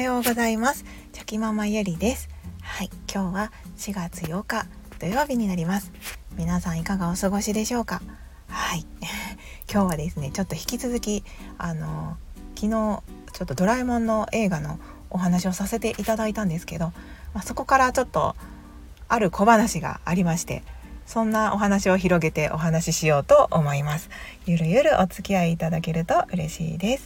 ようございます。チョキママゆりです。はい、今日は4月8日土曜日になります。皆さんいかがお過ごしでしょうか。はい、今日はですね、ちょっと引き続き昨日ちょっとドラえもんの映画のお話をさせていただいたんですけど、そこからちょっとある小話がありまして、そんなお話を広げてお話ししようと思います。ゆるゆるお付き合いいただけると嬉しいです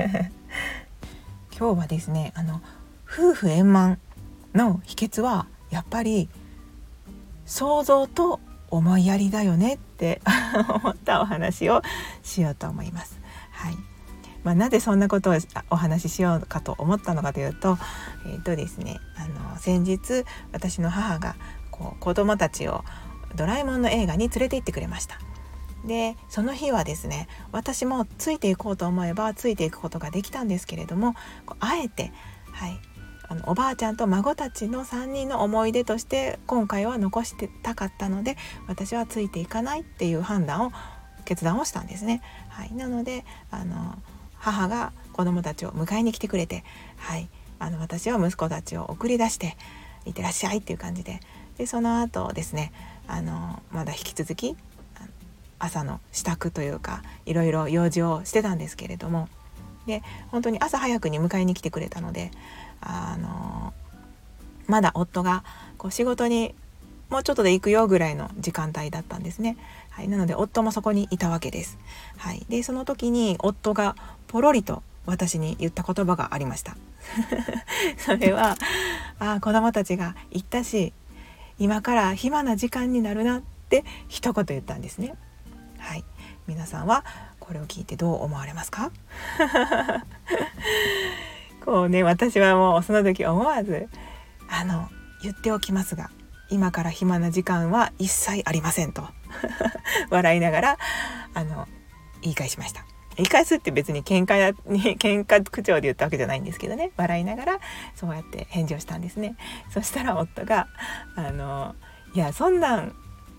今日はですね、夫婦円満の秘訣はやっぱり想像と思いやりだよねって思ったお話をしようと思います。はい。なぜそんなことをお話ししようかと思ったのかというと、ですね、先日私の母が子供たちをドラえもんの映画に連れて行ってくれました。でその日はですね、私もついていこうと思えばついていくことができたんですけれども、あえて、おばあちゃんと孫たちの3人の思い出として今回は残してたかったので、私はついていかないっていう決断をしたんですね。なので母が子供たちを迎えに来てくれて、私は息子たちを送り出していってらっしゃいっていう感じで、その後ですね、まだ引き続き朝の支度というかいろいろ用事をしてたんですけれども、で本当に朝早くに迎えに来てくれたので、まだ夫が仕事にもうちょっとで行くよぐらいの時間帯だったんですね。なので夫もそこにいたわけです。でその時に夫がポロリと私に言った言葉がありましたそれは子供たちが行ったし今から暇な時間になるなって一言言ったんですね。皆さんはこれを聞いてどう思われますか私はもうその時思わず言っておきますが、今から暇な時間は一切ありませんと笑いながら言い返しました。言い返すって別に喧嘩口調で言ったわけじゃないんですけどね、笑いながらそうやって返事をしたんですね。そしたら夫がいやそんなん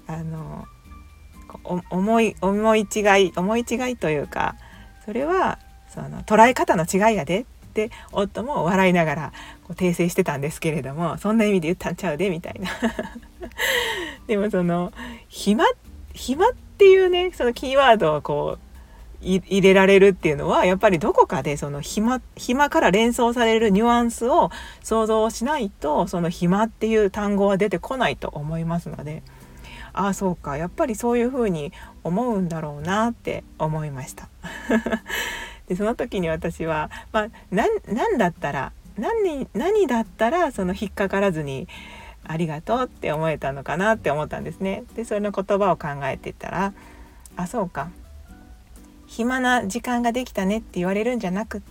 思い違いというか、それはその捉え方の違いやでって夫も笑いながら訂正してたんですけれども、そんな意味で言ったんちゃうでみたいなでもその暇っていうね、そのキーワードを入れられるっていうのはやっぱりどこかでその暇から連想されるニュアンスを想像しないと、その暇っていう単語は出てこないと思いますので、そうか、やっぱりそういう風に思うんだろうなって思いましたでその時に私は、何だったらその引っかからずにありがとうって思えたのかなって思ったんですね。でその言葉を考えてたら、そうか、暇な時間ができたねって言われるんじゃなくって、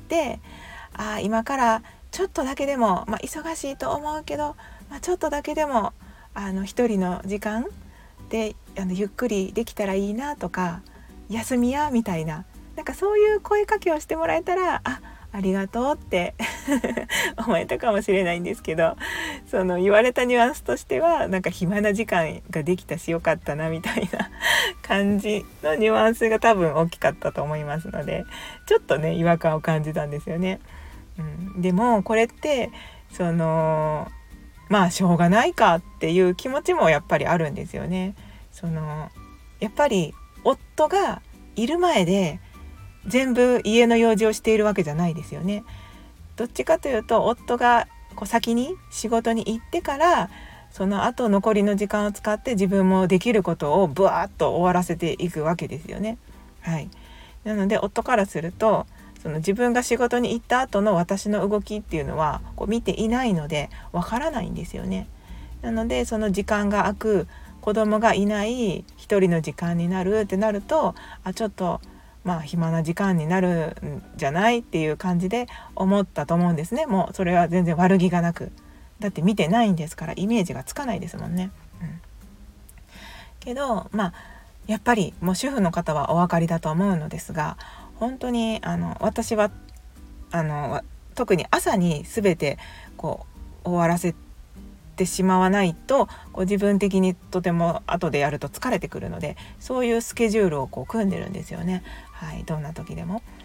今からちょっとだけでも、忙しいと思うけど、ちょっとだけでも一人の時間でゆっくりできたらいいなとか、休みやみたいな、そういう声かけをしてもらえたらありがとうって思えたかもしれないんですけど、その言われたニュアンスとしては暇な時間ができたしよかったなみたいな感じのニュアンスが多分大きかったと思いますので、ちょっとね違和感を感じたんですよね。でもこれってそのしょうがないかっていう気持ちもやっぱりあるんですよね。やっぱり夫がいる前で全部家の用事をしているわけじゃないですよね。どっちかというと夫が先に仕事に行ってから、その後残りの時間を使って自分もできることをブワーッと終わらせていくわけですよね。なので夫からするとその自分が仕事に行った後の私の動きっていうのは見ていないのでわからないんですよね。なのでその時間が空く、子供がいない一人の時間になるってなると、ちょっと暇な時間になるんじゃないっていう感じで思ったと思うんですね。もうそれは全然悪気がなく、だって見てないんですからイメージがつかないですもんね。けどやっぱりもう主婦の方はお分かりだと思うのですが、本当に私は特に朝に全て終わらせてしまわないと自分的にとても後でやると疲れてくるので、そういうスケジュールを組んでるんですよね。どんな時でも。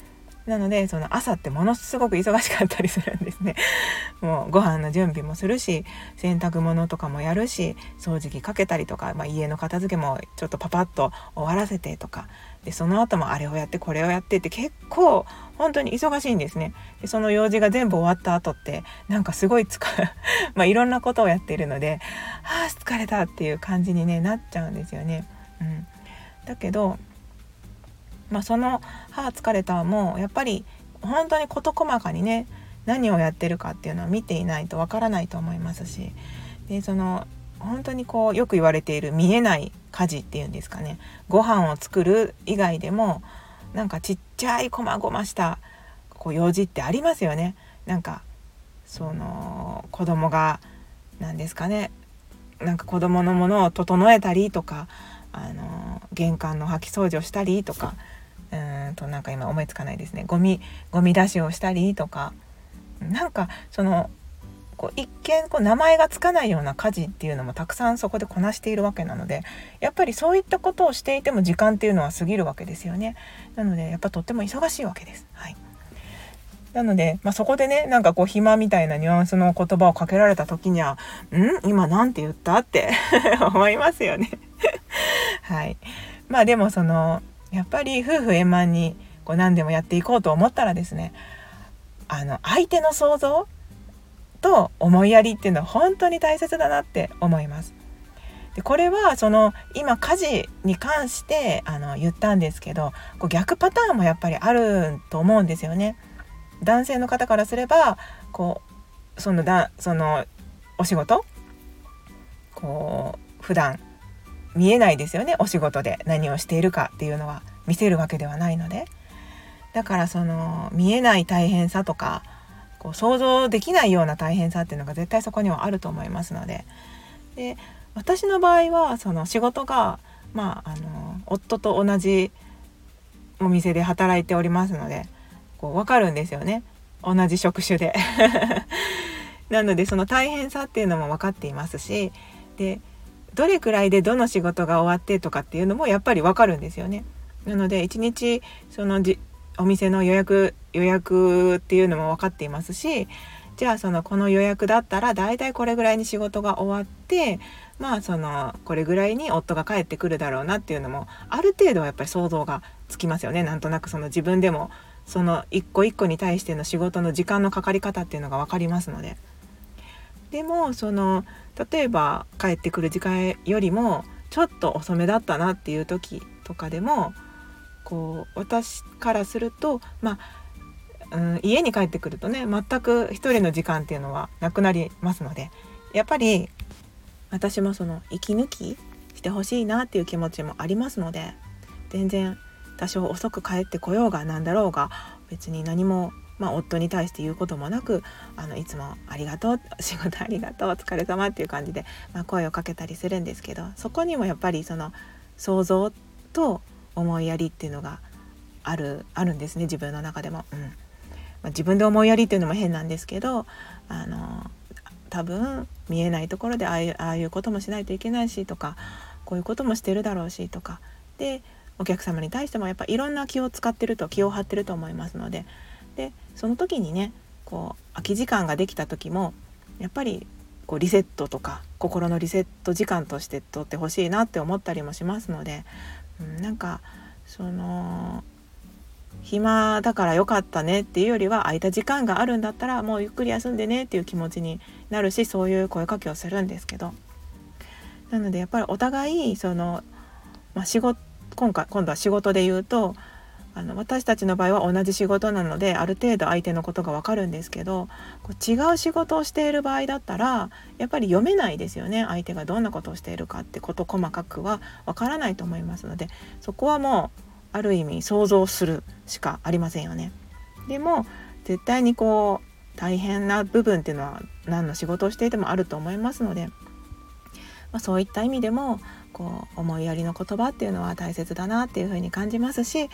なのでその朝ってものすごく忙しかったりするんですね。もうご飯の準備もするし、洗濯物とかもやるし、掃除機かけたりとか、家の片付けもちょっとパパッと終わらせてとかで、その後もあれをやってこれをやってって結構本当に忙しいんですね。でその用事が全部終わった後ってなんかすごいいろんなことをやっているので、疲れたっていう感じに、なっちゃうんですよね。だけどその疲れたもやっぱり本当に事細かにね、何をやってるかっていうのは見ていないとわからないと思いますし、でその本当によく言われている見えない家事っていうんですかね、ご飯を作る以外でもなんかちっちゃい細々した用事ってありますよね。なんかその子供が何ですかね、なんか子供のものを整えたりとか、玄関の掃き掃除をしたりとか、なんか今思いつかないですね。ゴミ出しをしたりとか、なんかその一見名前がつかないような家事っていうのもたくさんそこでこなしているわけなので、やっぱりそういったことをしていても時間っていうのは過ぎるわけですよね。なのでやっぱとっても忙しいわけです。なので、そこでね、なんか暇みたいなニュアンスの言葉をかけられた時には今なんて言ったって思いますよね。でもやっぱり夫婦円満に何でもやっていこうと思ったらですね、相手の想像と思いやりっていうのは本当に大切だなって思います。でこれは今家事に関して言ったんですけど、逆パターンもやっぱりあると思うんですよね。男性の方からすればそのお仕事普段見えないですよね。お仕事で何をしているかっていうのは見せるわけではないので、だから見えない大変さとか想像できないような大変さっていうのが絶対そこにはあると思いますので、私の場合は仕事が夫と同じお店で働いておりますので分かるんですよね。同じ職種でなのでその大変さっていうのも分かっていますし、でどれくらいでどの仕事が終わってとかっていうのもやっぱり分かるんですよね。なので1日お店の予約っていうのも分かっていますし、じゃあこの予約だったらだいたいこれぐらいに仕事が終わって、これぐらいに夫が帰ってくるだろうなっていうのもある程度はやっぱり想像がつきますよね。なんとなく自分でも一個一個に対しての仕事の時間のかかり方っていうのが分かりますので。でも例えば帰ってくる時間よりもちょっと遅めだったなっていう時とかでも私からすると家に帰ってくるとね、全く一人の時間っていうのはなくなりますので、やっぱり私も息抜きしてほしいなっていう気持ちもありますので、全然多少遅く帰ってこようがなんだろうが別に何も夫に対して言うこともなく、いつもありがとう、仕事ありがとう、お疲れ様っていう感じで、声をかけたりするんですけど、そこにもやっぱり想像と思いやりっていうのがあるんですね、自分の中でも。自分で思いやりっていうのも変なんですけど、多分見えないところでああいうこともしないといけないしとか、こういうこともしてるだろうしとかで、お客様に対してもやっぱいろんな気を張ってると思いますので、その時にね空き時間ができた時もやっぱりリセットとか心のリセット時間として取ってほしいなって思ったりもしますので、なんか暇だからよかったねっていうよりは、空いた時間があるんだったらもうゆっくり休んでねっていう気持ちになるし、そういう声かけをするんですけど、なのでやっぱりお互い今度は仕事で言うと、私たちの場合は同じ仕事なのである程度相手のことが分かるんですけど、違う仕事をしている場合だったらやっぱり読めないですよね。相手がどんなことをしているかってこと細かくは分からないと思いますので、そこはもうある意味想像するしかありませんよね。でも絶対に大変な部分っていうのは何の仕事をしていてもあると思いますので、そういった意味でも思いやりの言葉っていうのは大切だなっていうふうに感じますし、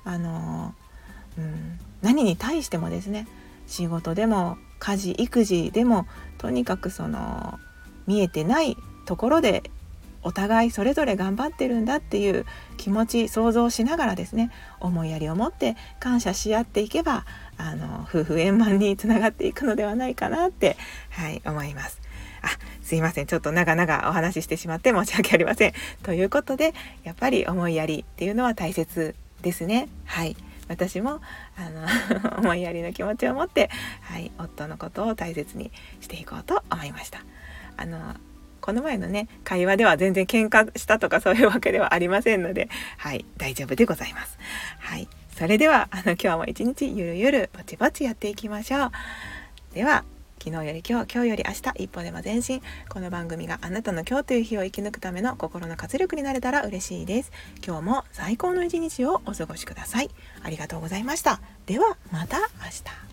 何に対してもですね、仕事でも家事育児でもとにかく見えてないところでお互いそれぞれ頑張ってるんだっていう気持ち想像しながらですね、思いやりを持って感謝し合っていけば夫婦円満につながっていくのではないかなって、思います。すいません、ちょっと長々お話ししてしまって申し訳ありません。ということでやっぱり思いやりっていうのは大切ですね。私も思いやりの気持ちを持って、夫のことを大切にしていこうと思いました。この前のね会話では全然喧嘩したとかそういうわけではありませんので、大丈夫でございます。それでは今日も一日ゆるゆるぼちぼちやっていきましょう。では昨日より今日、今日より明日、一歩でも前進。この番組があなたの今日という日を生き抜くための心の活力になれたら嬉しいです。今日も最高の一日をお過ごしください。ありがとうございました。ではまた明日。